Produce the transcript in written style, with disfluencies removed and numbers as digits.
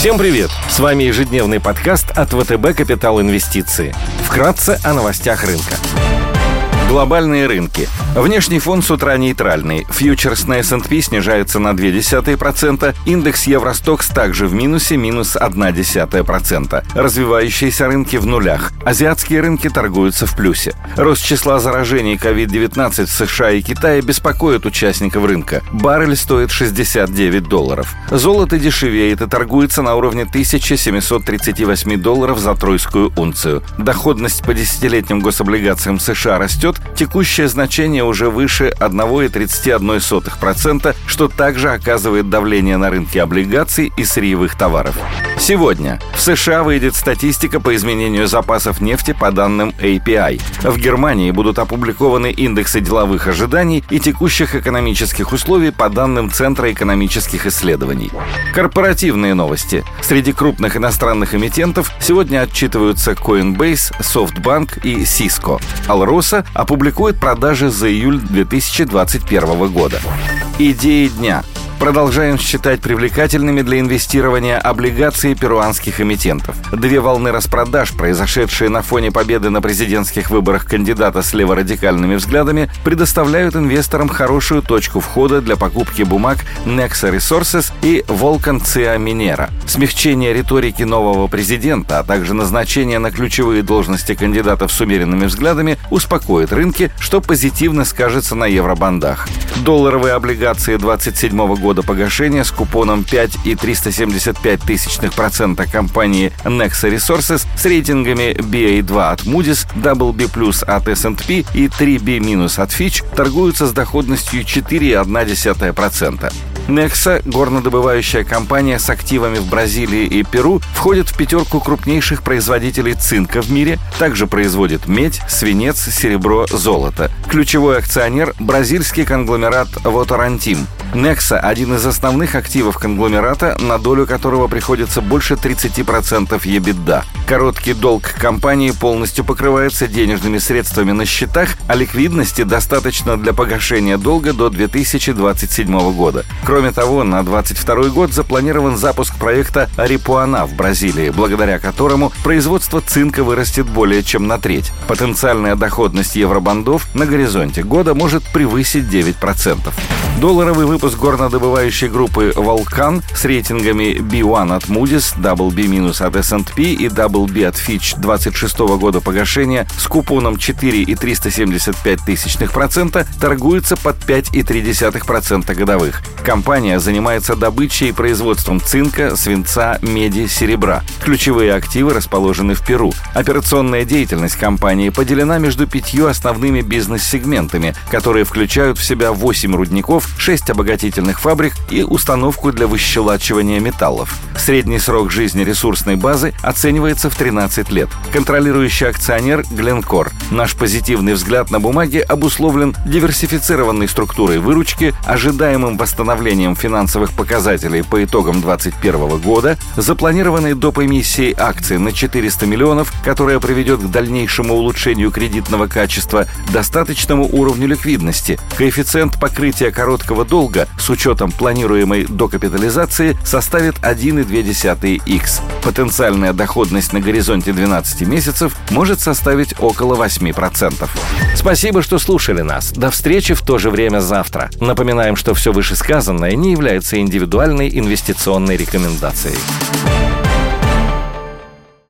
Всем привет! С вами ежедневный подкаст от ВТБ «Капитал Инвестиции». Вкратце о новостях рынка. Глобальные рынки. Внешний фон с утра нейтральный. Фьючерс на S&P снижается на 0,2%. Индекс Евростокс также в минусе, минус 0,1%. Развивающиеся рынки в нулях. Азиатские рынки торгуются в плюсе. Рост числа заражений COVID-19 в США и Китае беспокоит участников рынка. Баррель стоит $69. Золото дешевеет и торгуется на уровне $1738 за тройскую унцию. Доходность по десятилетним гособлигациям США растет. Текущее значение уже выше 1,31%, что также оказывает давление на рынки облигаций и сырьевых товаров. Сегодня в США выйдет статистика по изменению запасов нефти по данным API. В Германии будут опубликованы индексы деловых ожиданий и текущих экономических условий по данным Центра экономических исследований. Корпоративные новости. Среди крупных иностранных эмитентов сегодня отчитываются Coinbase, SoftBank и Cisco. Alrosa опубликует продажи за июль 2021 года. Идеи дня. Продолжаем считать привлекательными для инвестирования облигации перуанских эмитентов. Две волны распродаж, произошедшие на фоне победы на президентских выборах кандидата с леворадикальными взглядами, предоставляют инвесторам хорошую точку входа для покупки бумаг Nexa Resources и Volcan Cia Minera. Смягчение риторики нового президента, а также назначение на ключевые должности кандидатов с умеренными взглядами успокоит рынки, что позитивно скажется на евробандах. Долларовые облигации 2027 года погашения с купоном 5,375% компании Nexa Resources с рейтингами BA2 от Moody's, BB+ от S&P и 3B- от Fitch торгуются с доходностью 4,1%. Nexa, горнодобывающая компания с активами в Бразилии и Перу, входит в пятерку крупнейших производителей цинка в мире, также производит медь, свинец, серебро, золото. Ключевой акционер – бразильский конгломерат Votorantim. Nexa – один из основных активов конгломерата, на долю которого приходится больше 30% EBITDA. Короткий долг компании полностью покрывается денежными средствами на счетах, а ликвидности достаточно для погашения долга до 2027 года. Кроме того, на 2022 год запланирован запуск проекта Aripuanã в Бразилии, благодаря которому производство цинка вырастет более чем на треть. Потенциальная доходность евробандов на горизонте года может превысить 9%. Долларовый выпуск горнодобывающей группы Volcan с рейтингами B1 от Moody's, BB- от S&P и BB от Fitch 26 года погашения с купоном 4,375% торгуется под 5,3% годовых. Компания занимается добычей и производством цинка, свинца, меди, серебра. Ключевые активы расположены в Перу. Операционная деятельность компании поделена между 5 основными бизнес-сегментами, которые включают в себя 8 рудников, 6 обогатительных фабрик и установку для выщелачивания металлов. Средний срок жизни ресурсной базы оценивается в 13 лет. Контролирующий акционер – Glencore. Наш позитивный взгляд на бумаги обусловлен диверсифицированной структурой выручки, ожидаемым восстановлением финансовых показателей по итогам 2021 года, запланированной доп. Эмиссией акций на 400 миллионов, которая приведет к дальнейшему улучшению кредитного качества, достаточному уровню ликвидности. Коэффициент покрытия короткого долга с учетом планируемой докапитализации составит 1,2x. Потенциальная доходность на горизонте 12 месяцев может составить около 8%. Спасибо, что слушали нас. До встречи в то же время завтра. Напоминаем, что все вышесказанное не является индивидуальной инвестиционной рекомендацией.